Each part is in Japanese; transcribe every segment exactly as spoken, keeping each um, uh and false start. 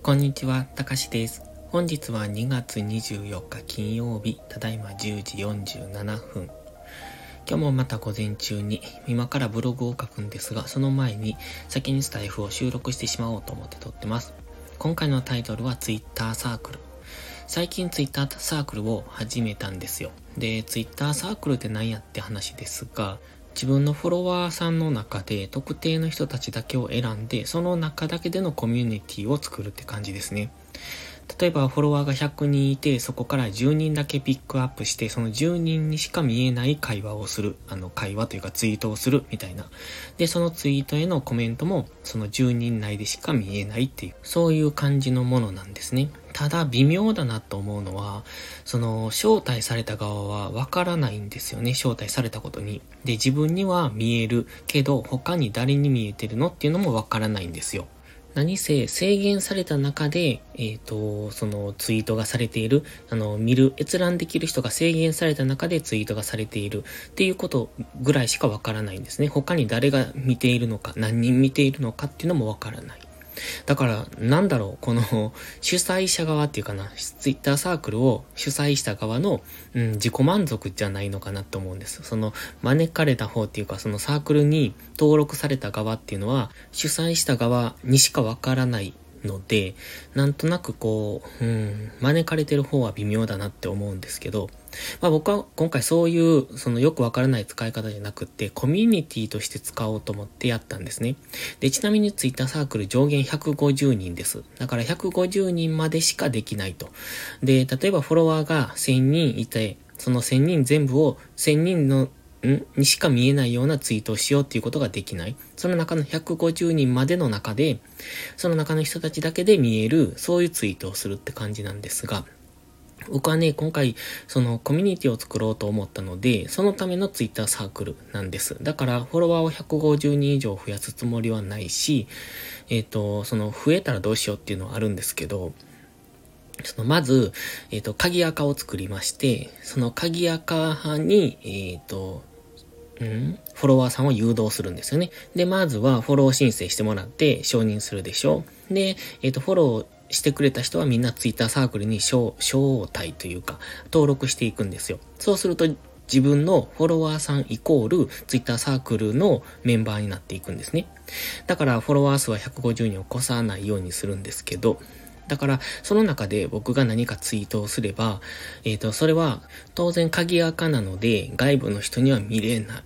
こんにちは、たかしです。本日はにがつにじゅうよっか金曜日、ただいまじゅうじよんじゅうななふん。今日もまた午前中に今からブログを書くんですが、その前に先にスタイフを収録してしまおうと思って撮ってます。今回のタイトルは Twitter サークル。最近 Twitter サークルを始めたんですよ。で、Twitter サークルって何やって話ですが、自分のフォロワーさんの中で特定の人たちだけを選んで、その中だけでのコミュニティを作るって感じですね。例えばフォロワーがひゃくにんいて、そこからじゅうにんだけピックアップして、そのじゅうにんにしか見えない会話をする。あの、会話というかツイートをするみたいな。で、そのツイートへのコメントも、そのじゅうにん内でしか見えないっていう、そういう感じのものなんですね。ただ、微妙だなと思うのは、その、招待された側はわからないんですよね。招待されたことに。で、自分には見えるけど、他に誰に見えてるのっていうのもわからないんですよ。何せ制限された中で、えっと、そのツイートがされている、あの、見る、閲覧できる人が制限された中でツイートがされているっていうことぐらいしかわからないんですね。他に誰が見ているのか、何人見ているのかっていうのもわからない。だから、なんだろう、この主催者側っていうかな、ツイッターサークルを主催した側の、うん、自己満足じゃないのかなと思うんです。その、招かれた方っていうか、そのサークルに登録された側っていうのは、主催した側にしかわからないので、なんとなくこう、うん、招かれてる方は微妙だなって思うんですけど、まあ僕は今回そういう、そのよくわからない使い方じゃなくって、コミュニティとして使おうと思ってやったんですね。で、ちなみにツイッターサークル上限ひゃくごじゅうにんです。だからひゃくごじゅうにんまでしかできないと。で、例えばフォロワーがせんにんいて、そのせんにん全部をせんにんのんにしか見えないようなツイートをしようっていうことができない。その中のひゃくごじゅうにんまでの中で、その中の人たちだけで見える、そういうツイートをするって感じなんですが、僕はね、今回、そのコミュニティを作ろうと思ったので、そのためのツイッターサークルなんです。だから、フォロワーをひゃくごじゅうにん以上増やすつもりはないし、えっと、その増えたらどうしようっていうのはあるんですけど、そのまず、えっと、鍵垢を作りまして、その鍵垢に、えっと、んフォロワーさんを誘導するんですよね。で、まずはフォロー申請してもらって承認するでしょう。で、えっと、フォローしてくれた人はみんなツイッターサークルに招待というか登録していくんですよ。そうすると自分のフォロワーさんイコールツイッターサークルのメンバーになっていくんですね。だからフォロワー数はひゃくごじゅうにんを超さないようにするんですけど、だから、その中で僕が何かツイートをすれば、えっと、それは当然鍵垢なので外部の人には見れない。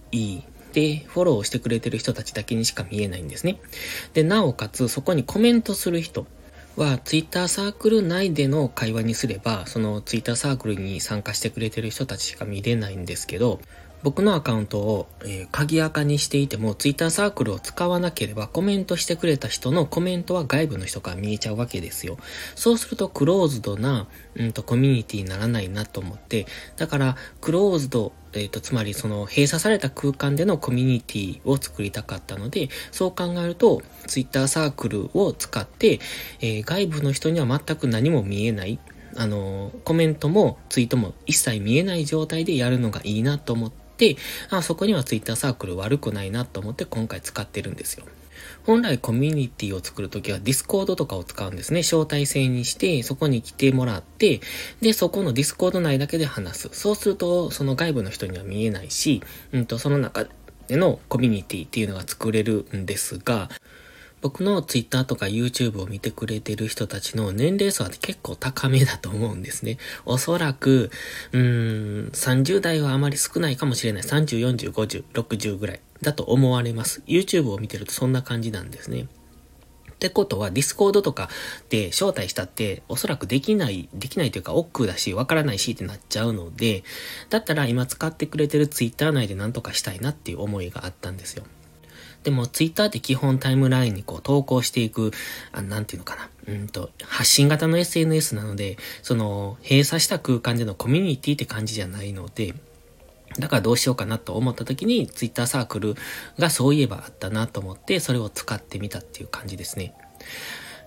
で、フォローしてくれてる人たちだけにしか見えないんですね。で、なおかつそこにコメントする人はツイッターサークル内での会話にすれば、そのツイッターサークルに参加してくれてる人たちしか見れないんですけど、僕のアカウントを、えー、鍵垢にしていても、ツイッターサークルを使わなければ、コメントしてくれた人のコメントは外部の人から見えちゃうわけですよ。そうすると、クローズドな、うんと、コミュニティにならないなと思って、だから、クローズド、えっと、つまり、その、閉鎖された空間でのコミュニティを作りたかったので、そう考えると、ツイッターサークルを使って、えー、外部の人には全く何も見えない、あの、コメントもツイートも一切見えない状態でやるのがいいなと思って、で、あ、そこにはツイッターサークル悪くないなと思って今回使ってるんですよ。本来コミュニティを作るときはディスコードとかを使うんですね。招待制にして、そこに来てもらって、で、そこのディスコード内だけで話す。そうすると、その外部の人には見えないし、うんと、その中でのコミュニティっていうのが作れるんですが、僕のツイッターとか YouTube を見てくれてる人たちの年齢層は結構高めだと思うんですね。おそらく、うーん、さんじゅう代はあまり少ないかもしれない。さんじゅう、よんじゅう、ごじゅう、ろくじゅうぐらいだと思われます。YouTube を見てるとそんな感じなんですね。ってことは、ディスコードとかで招待したって、おそらくできない、できないというか、億劫だし、わからないしってなっちゃうので、だったら今使ってくれてるツイッター内で何とかしたいなっていう思いがあったんですよ。でもツイッターって基本タイムラインにこう投稿していく、あ、なんていうのかな。うんと、発信型の エスエヌエス なので、その、閉鎖した空間でのコミュニティって感じじゃないので、だからどうしようかなと思った時に、ツイッターサークルがそういえばあったなと思って、それを使ってみたっていう感じですね。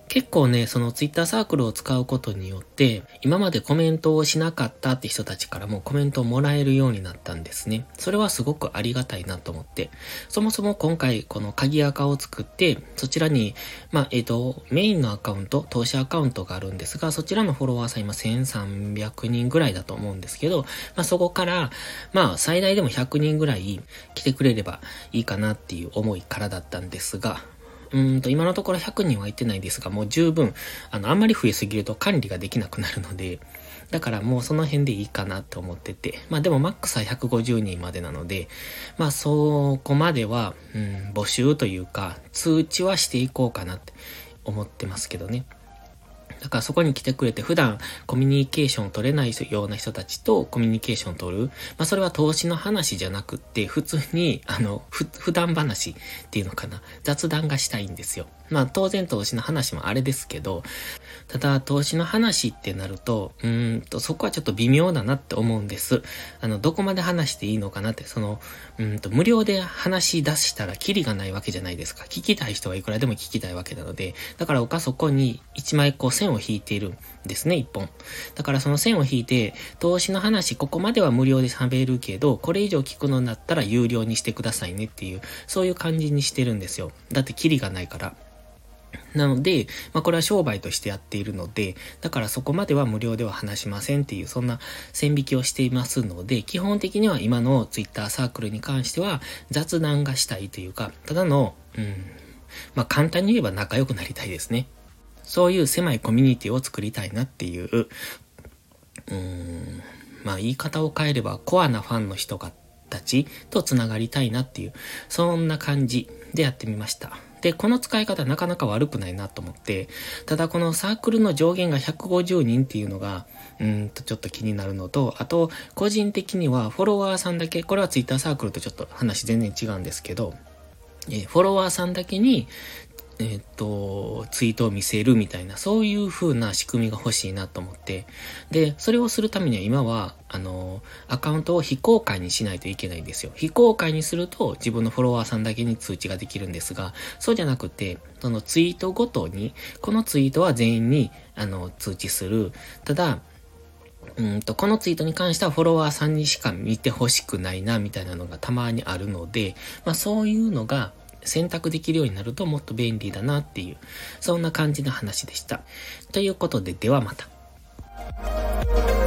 結構ね、そのツイッターサークルを使うことによって、今までコメントをしなかったって人たちからもコメントをもらえるようになったんですね。それはすごくありがたいなと思って。そもそも今回この鍵アカを作って、そちらに、まあ、えっと、メインのアカウント、投資アカウントがあるんですが、そちらのフォロワーさん今せんさんびゃくにんぐらいだと思うんですけど、まあ、そこから、まあ、最大でもひゃくにんぐらい来てくれればいいかなっていう思いからだったんですが、うーんと、今のところひゃくにんは行ってないですが、もう十分、あの、あんまり増えすぎると管理ができなくなるので、だからもうその辺でいいかなって思ってて、まあでもマックスはひゃくごじゅうにんまでなので、まあそこまでは、うん、募集というか、通知はしていこうかなって思ってますけどね。だからそこに来てくれて普段コミュニケーションを取れないような人たちとコミュニケーションを取る。まあそれは投資の話じゃなくって普通にあのふ普段話っていうのかな。雑談がしたいんですよ。まあ当然投資の話もあれですけど、ただ投資の話ってなると、うーんとそこはちょっと微妙だなって思うんです。あのどこまで話していいのかなって、そのうーんと無料で話し出したらキリがないわけじゃないですか。聞きたい人はいくらでも聞きたいわけなので、だから僕はそこに一枚こう線を引いているんですね、一本。だからその線を引いて、投資の話ここまでは無料で喋るけど、これ以上聞くのだったら有料にしてくださいねっていう、そういう感じにしてるんですよ。だってキリがないから。なので、まあこれは商売としてやっているので、だからそこまでは無料では話しませんっていう、そんな線引きをしていますので、基本的には今のツイッターサークルに関しては雑談がしたいというか、ただの、うん、まあ簡単に言えば仲良くなりたいですね。そういう狭いコミュニティを作りたいなっていう、うーん、まあ言い方を変えればコアなファンの人たちとつながりたいなっていう、そんな感じでやってみました。で、この使い方なかなか悪くないなと思って、ただこのサークルの上限がひゃくごじゅうにんっていうのが、うーんとちょっと気になるのと、あと、個人的にはフォロワーさんだけ、これはツイッターサークルとちょっと話全然違うんですけど、えー、フォロワーさんだけに、えっと、ツイートを見せるみたいな、そういう風な仕組みが欲しいなと思って。で、それをするためには今は、あの、アカウントを非公開にしないといけないんですよ。非公開にすると自分のフォロワーさんだけに通知ができるんですが、そうじゃなくて、そのツイートごとに、このツイートは全員に、あの、通知する。ただ、うんと、このツイートに関してはフォロワーさんにしか見てほしくないな、みたいなのがたまにあるので、まあそういうのが、選択できるようになるともっと便利だなっていう、そんな感じの話でした。ということで、ではまた。